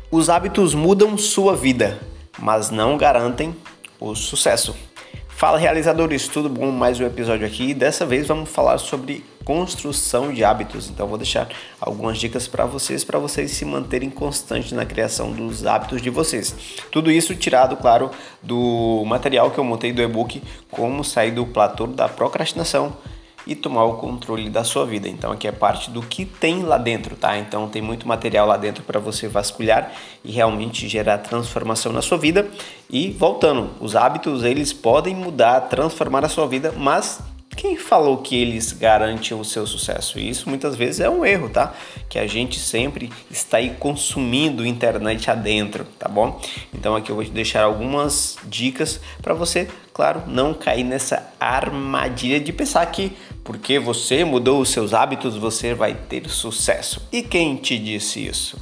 Os hábitos mudam sua vida, mas não garantem o sucesso. Fala, realizadores, tudo bom? Mais um episódio aqui. Dessa vez vamos falar sobre construção de hábitos. Então vou deixar algumas dicas para vocês se manterem constantes na criação dos hábitos de vocês. Tudo isso tirado, claro, do material que eu montei do e-book Como Sair do Platô da Procrastinação e tomar o controle da sua vida. Então aqui é parte do que tem lá dentro, tá? Então tem muito material lá dentro para você vasculhar e realmente gerar transformação na sua vida. E voltando, os hábitos eles podem mudar, transformar a sua vida, mas quem falou que eles garantem o seu sucesso? Isso muitas vezes é um erro, tá? Que a gente sempre está aí consumindo internet adentro, tá bom? Então aqui eu vou te deixar algumas dicas para você, claro, não cair nessa armadilha de pensar que porque você mudou os seus hábitos, você vai ter sucesso. E quem te disse isso?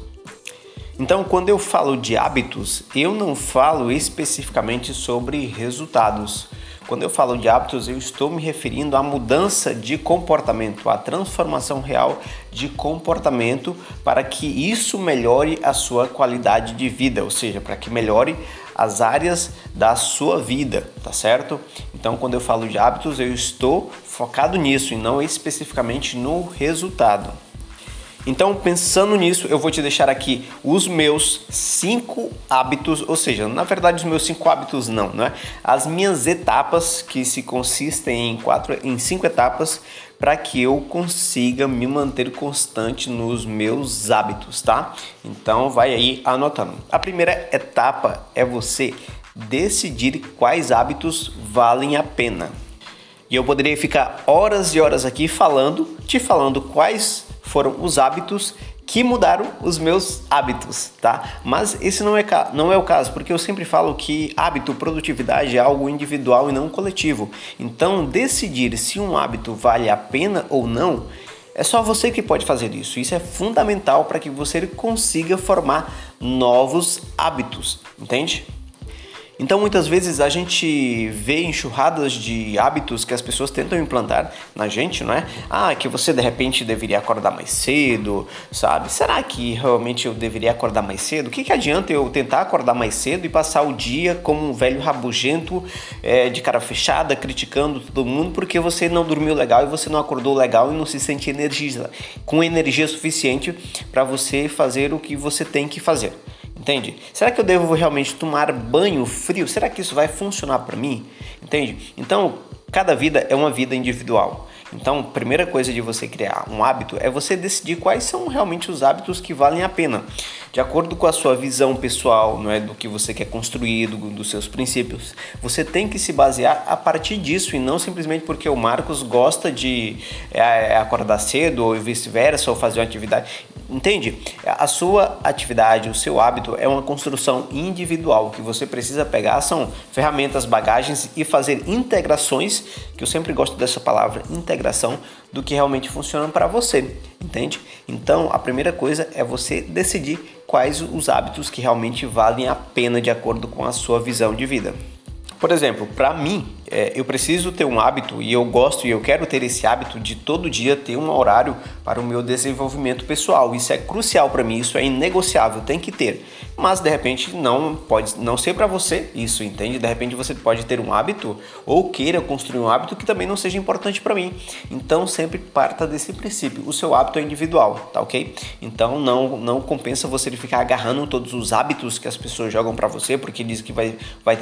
Então, quando eu falo de hábitos, eu não falo especificamente sobre resultados. Quando eu falo de hábitos, eu estou me referindo à mudança de comportamento, à transformação real de comportamento para que isso melhore a sua qualidade de vida, ou seja, para que melhore as áreas da sua vida, tá certo? Então, quando eu falo de hábitos, eu estou focado nisso e não especificamente no resultado. Então, pensando nisso, eu vou te deixar aqui os meus 5 hábitos, ou seja, na verdade os meus 5 hábitos não é? As minhas etapas que se consistem em 5 etapas para que eu consiga me manter constante nos meus hábitos, tá? Então, vai aí anotando. A primeira etapa é você decidir quais hábitos valem a pena. E eu poderia ficar horas e horas aqui te falando quais foram os hábitos que mudaram os meus hábitos, tá? Mas esse não é o caso, porque eu sempre falo que hábito, produtividade é algo individual e não coletivo. Então, decidir se um hábito vale a pena ou não, é só você que pode fazer isso. Isso é fundamental para que você consiga formar novos hábitos, entende? Então, muitas vezes a gente vê enxurradas de hábitos que as pessoas tentam implantar na gente, não é? Que você de repente deveria acordar mais cedo, sabe? Será que realmente eu deveria acordar mais cedo? O que adianta eu tentar acordar mais cedo e passar o dia como um velho rabugento, de cara fechada, criticando todo mundo porque você não dormiu legal e você não acordou legal e não se sente com energia suficiente para você fazer o que você tem que fazer? Entende? Será que eu devo realmente tomar banho frio? Será que isso vai funcionar para mim? Entende? Então, cada vida é uma vida individual. Então, a primeira coisa de você criar um hábito é você decidir quais são realmente os hábitos que valem a pena. De acordo com a sua visão pessoal, não é, do que você quer construir, dos seus princípios. Você tem que se basear a partir disso e não simplesmente porque o Marcos gosta de acordar cedo ou vice-versa ou fazer uma atividade. Entende? A sua atividade, o seu hábito é uma construção individual. O que você precisa pegar são ferramentas, bagagens e fazer integrações, que eu sempre gosto dessa palavra, integração, do que realmente funciona para você, entende? Então, a primeira coisa é você decidir quais os hábitos que realmente valem a pena de acordo com a sua visão de vida. Por exemplo, para mim, eu preciso ter um hábito e eu gosto e eu quero ter esse hábito de todo dia ter um horário para o meu desenvolvimento pessoal. Isso é crucial para mim, isso é inegociável, tem que ter. Mas de repente não pode não ser para você isso, entende? De repente você pode ter um hábito ou queira construir um hábito que também não seja importante para mim. Então sempre parta desse princípio. O seu hábito é individual, tá ok? Então não compensa você ficar agarrando todos os hábitos que as pessoas jogam para você porque diz que vai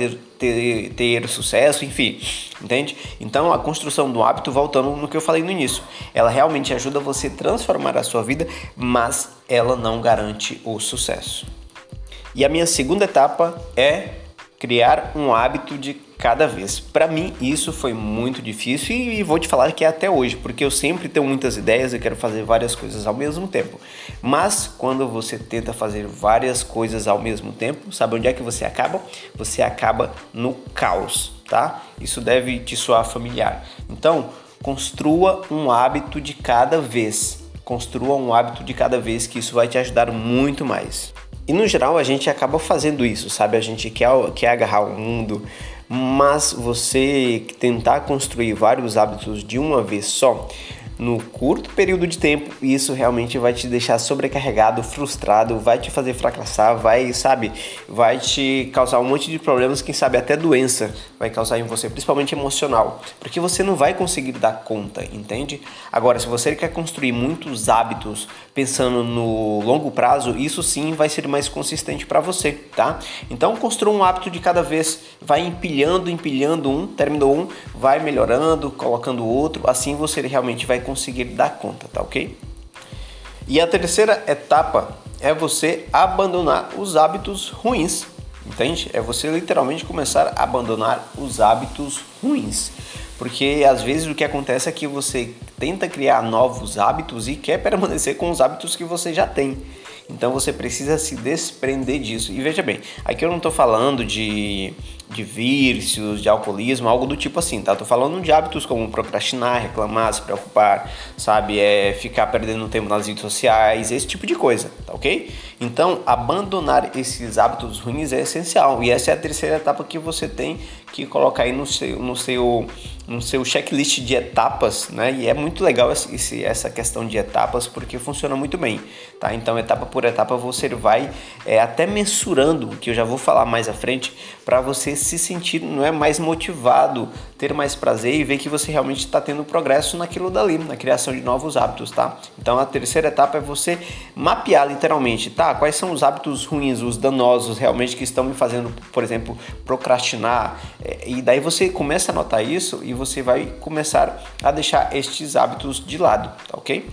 ter sucesso, enfim, entende? Então a construção do hábito, voltando no que eu falei no início, ela realmente ajuda você a transformar a sua vida, mas ela não garante o sucesso. E a minha segunda etapa é criar um hábito de cada vez. Para mim isso foi muito difícil e vou te falar que é até hoje, porque eu sempre tenho muitas ideias e quero fazer várias coisas ao mesmo tempo. Mas quando você tenta fazer várias coisas ao mesmo tempo, sabe onde é que você acaba? Você acaba no caos, tá? Isso deve te soar familiar. Então, construa um hábito de cada vez. Construa um hábito de cada vez, que isso vai te ajudar muito mais. E no geral a gente acaba fazendo isso, sabe? A gente quer agarrar o mundo, mas você tentar construir vários hábitos de uma vez só no curto período de tempo, e isso realmente vai te deixar sobrecarregado, frustrado, vai te fazer fracassar, vai te causar um monte de problemas, quem sabe até doença vai causar em você, principalmente emocional, porque você não vai conseguir dar conta, entende? Agora, se você quer construir muitos hábitos pensando no longo prazo, isso sim vai ser mais consistente para você, tá? Então, construa um hábito de cada vez, vai empilhando um, terminou um, vai melhorando, colocando outro, assim você realmente vai conseguir dar conta, tá ok? E a terceira etapa é você abandonar os hábitos ruins, entende? É você literalmente começar a abandonar os hábitos ruins. Porque às vezes o que acontece é que você tenta criar novos hábitos e quer permanecer com os hábitos que você já tem. Então você precisa se desprender disso. E veja bem, aqui eu não estou falando de vícios, de alcoolismo, algo do tipo assim, tá? Estou falando de hábitos como procrastinar, reclamar, se preocupar, ficar perdendo tempo nas redes sociais, esse tipo de coisa, tá ok? Então, abandonar esses hábitos ruins é essencial. E essa é a terceira etapa que você tem que colocar aí no seu checklist de etapas, né? E é muito legal essa questão de etapas, porque funciona muito bem, tá? Então, etapa por etapa, você vai até mensurando, que eu já vou falar mais à frente, para você se sentir mais motivado, ter mais prazer e ver que você realmente está tendo progresso naquilo dali, na criação de novos hábitos, tá? Então, a terceira etapa é você mapear literalmente, tá? Quais são os hábitos ruins, os danosos realmente que estão me fazendo, por exemplo, procrastinar, e daí você começa a notar isso e você vai começar a deixar estes hábitos de lado, tá ok?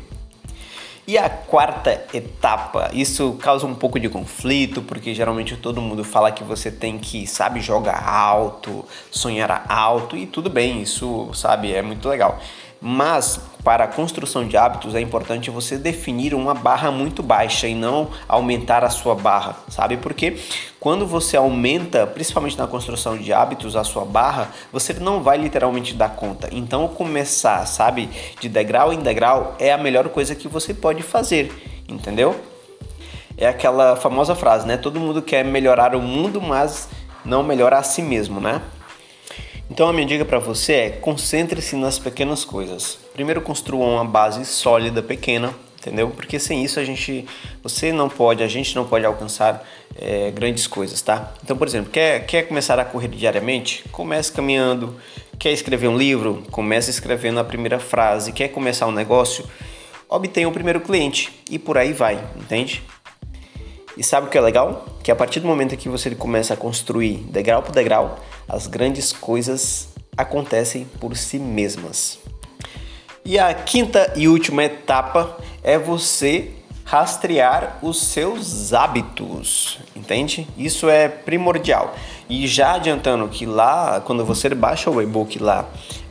E a quarta etapa, isso causa um pouco de conflito, porque geralmente todo mundo fala que você tem que, jogar alto, sonhar alto, e tudo bem, isso, é muito legal. Mas para a construção de hábitos é importante você definir uma barra muito baixa e não aumentar a sua barra, sabe? Porque quando você aumenta, principalmente na construção de hábitos, a sua barra, você não vai literalmente dar conta. Então começar, de degrau em degrau é a melhor coisa que você pode fazer, entendeu? É aquela famosa frase, né? Todo mundo quer melhorar o mundo, mas não melhora a si mesmo, né? Então a minha dica para você é: concentre-se nas pequenas coisas. Primeiro construa uma base sólida, pequena, entendeu? Porque sem isso a gente não pode alcançar grandes coisas, tá? Então, por exemplo, quer começar a correr diariamente? Comece caminhando. Quer escrever um livro? Comece escrevendo a primeira frase. Quer começar um negócio? Obtenha o primeiro cliente e por aí vai, entende? E sabe o que é legal? Que a partir do momento que você começa a construir degrau por degrau, as grandes coisas acontecem por si mesmas. E a quinta e última etapa é você rastrear os seus hábitos, entende? Isso é primordial. E já adiantando que lá, quando você baixa o e-book lá,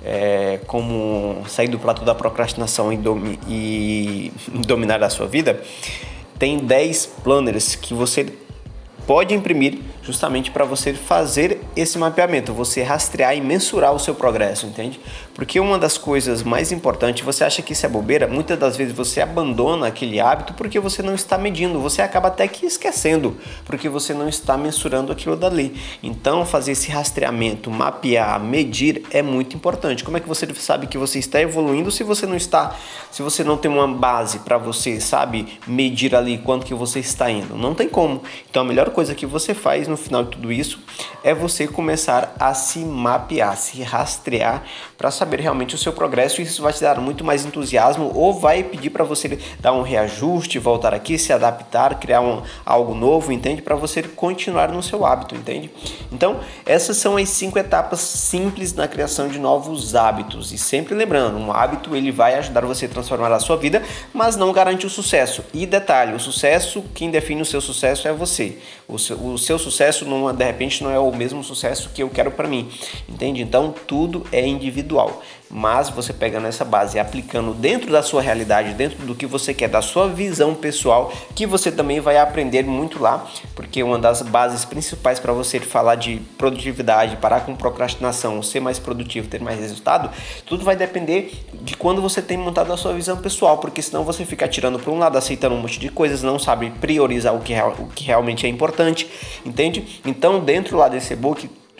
como sair do platô da procrastinação e dominar a sua vida, tem 10 planners que você pode imprimir justamente para você fazer esse mapeamento, você rastrear e mensurar o seu progresso, entende? Porque uma das coisas mais importantes, você acha que isso é bobeira, muitas das vezes você abandona aquele hábito porque você não está medindo, você acaba até que esquecendo, porque você não está mensurando aquilo dali. Então, fazer esse rastreamento, mapear, medir é muito importante. Como é que você sabe que você está evoluindo se você não tem uma base para você, medir ali quanto que você está indo? Não tem como. Então, a melhor coisa que você faz no final de tudo isso é você começar a se mapear, se rastrear para saber realmente o seu progresso. Isso vai te dar muito mais entusiasmo ou vai pedir para você dar um reajuste, voltar aqui, se adaptar, criar algo novo, entende? Para você continuar no seu hábito, entende? Então, essas são as 5 etapas simples na criação de novos hábitos. E sempre lembrando, um hábito ele vai ajudar você a transformar a sua vida, mas não garante o sucesso. E detalhe, o sucesso, quem define o seu sucesso é você. O seu sucesso, de repente, não é o mesmo sucesso que eu quero para mim, entende? Então, tudo é individual. Mas você pegando essa base e aplicando dentro da sua realidade, dentro do que você quer, da sua visão pessoal, que você também vai aprender muito lá, porque uma das bases principais para você falar de produtividade, parar com procrastinação, ser mais produtivo, ter mais resultado, tudo vai depender de quando você tem montado a sua visão pessoal, porque senão você fica tirando para um lado, aceitando um monte de coisas, não sabe priorizar o que realmente é importante, entende? Então, dentro lá desse e-book,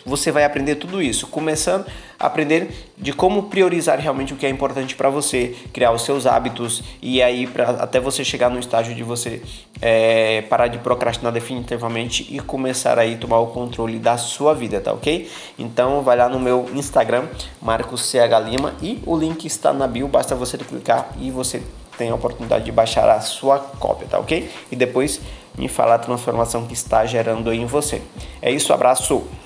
você vai aprender tudo isso, começando a aprender de como priorizar realmente o que é importante para você, criar os seus hábitos e aí até você chegar no estágio de você parar de procrastinar definitivamente e começar aí a tomar o controle da sua vida, tá ok? Então vai lá no meu Instagram, Marcos CH Lima, e o link está na bio, basta você clicar e você tem a oportunidade de baixar a sua cópia, tá ok? E depois me falar a transformação que está gerando aí em você. É isso, abraço!